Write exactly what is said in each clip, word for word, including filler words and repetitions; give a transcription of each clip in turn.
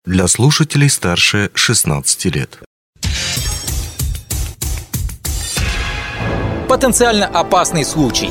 Для слушателей старше шестнадцати лет. Потенциально опасный случай.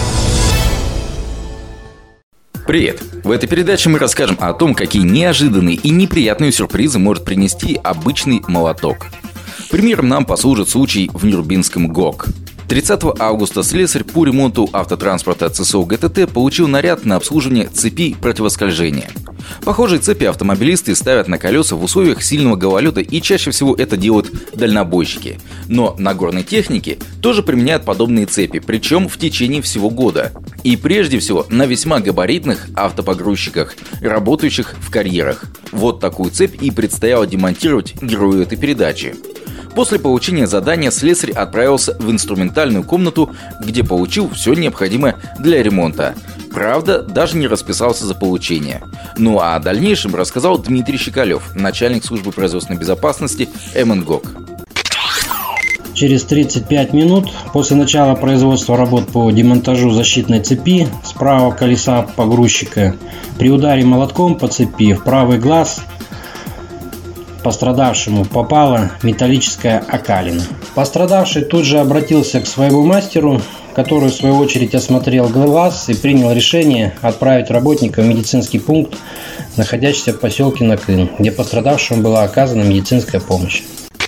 Привет! В этой передаче мы расскажем о том, какие неожиданные и неприятные сюрпризы может принести обычный молоток. Примером нам послужит случай в Нюрнбергском ГОК. тридцатого августа слесарь по ремонту автотранспорта ЦСО ГТТ получил наряд на обслуживание цепи противоскольжения. Похожие цепи автомобилисты ставят на колеса в условиях сильного гололеда, и чаще всего это делают дальнобойщики. Но на горной технике тоже применяют подобные цепи, причем в течение всего года. И прежде всего на весьма габаритных автопогрузчиках, работающих в карьерах. Вот такую цепь и предстояло демонтировать герою этой передачи. После получения задания слесарь отправился в инструментальную комнату, где получил все необходимое для ремонта. Правда, даже не расписался за получение. Ну а о дальнейшем рассказал Дмитрий Щекалев, начальник службы производственной безопасности эм эн ГОК. Через тридцать пять минут после начала производства работ по демонтажу защитной цепи с правого колеса погрузчика при ударе молотком по цепи в правый глаз пострадавшему попала металлическая окалина. Пострадавший тут же обратился к своему мастеру, который в свою очередь осмотрел глаз и принял решение отправить работника в медицинский пункт, находящийся в поселке Накын, где пострадавшему была оказана медицинская помощь.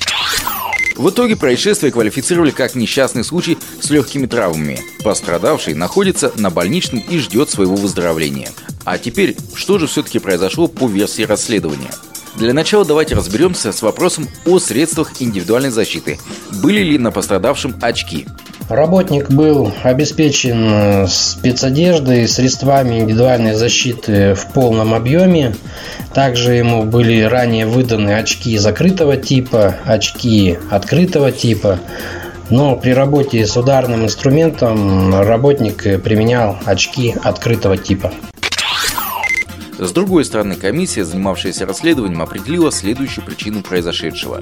В итоге происшествие квалифицировали как несчастный случай с легкими травмами. Пострадавший находится на больничном и ждет своего выздоровления. А теперь, что же все-таки произошло по версии расследования? Для начала давайте разберемся с вопросом о средствах индивидуальной защиты. Были ли на пострадавшем очки? Работник был обеспечен спецодеждой, средствами индивидуальной защиты в полном объеме. Также ему были ранее выданы очки закрытого типа, очки открытого типа. Но при работе с ударным инструментом работник применял очки открытого типа. С другой стороны, комиссия, занимавшаяся расследованием, определила следующую причину произошедшего.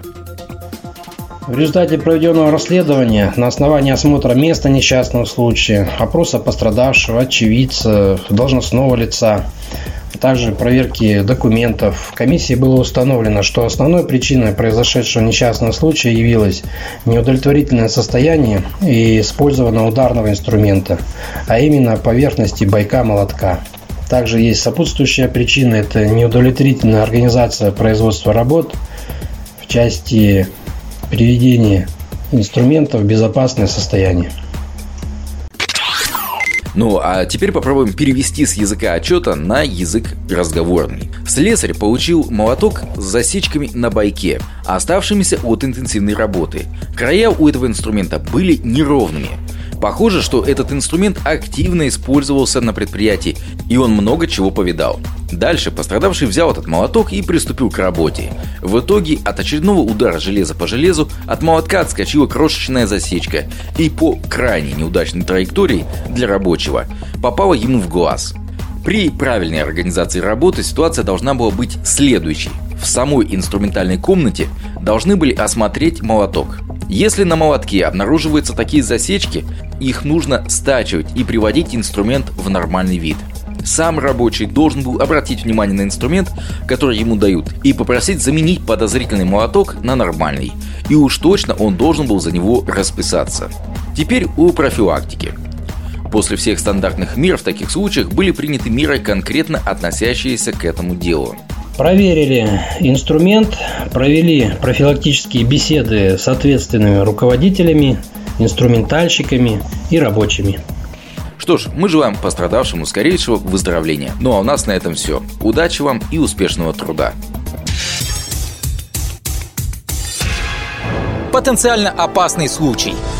В результате проведенного расследования на основании осмотра места несчастного случая, опроса пострадавшего, очевидца, должностного лица, а также проверки документов, комиссии было установлено, что основной причиной произошедшего несчастного случая явилось неудовлетворительное состояние и использованного ударного инструмента, а именно поверхности бойка молотка. Также есть сопутствующая причина – это неудовлетворительная организация производства работ в части приведения инструментов в безопасное состояние. Ну а теперь попробуем перевести с языка отчета на язык разговорный. Слесарь получил молоток с засечками на бойке, оставшимися от интенсивной работы. Края у этого инструмента были неровными. Похоже, что этот инструмент активно использовался на предприятии, и он много чего повидал. Дальше пострадавший взял этот молоток и приступил к работе. В итоге от очередного удара железа по железу от молотка отскочила крошечная засечка и по крайне неудачной траектории для рабочего попала ему в глаз. При правильной организации работы ситуация должна была быть следующей. В самой инструментальной комнате должны были осмотреть молоток. Если на молотке обнаруживаются такие засечки, их нужно стачивать и приводить инструмент в нормальный вид. Сам рабочий должен был обратить внимание на инструмент, который ему дают, и попросить заменить подозрительный молоток на нормальный. И уж точно он должен был за него расписаться. Теперь о профилактике. После всех стандартных мер в таких случаях были приняты меры, конкретно относящиеся к этому делу. Проверили инструмент, провели профилактические беседы с ответственными руководителями, инструментальщиками и рабочими. Что ж, мы желаем пострадавшему скорейшего выздоровления. Ну а у нас на этом все. Удачи вам и успешного труда. Потенциально опасный случай.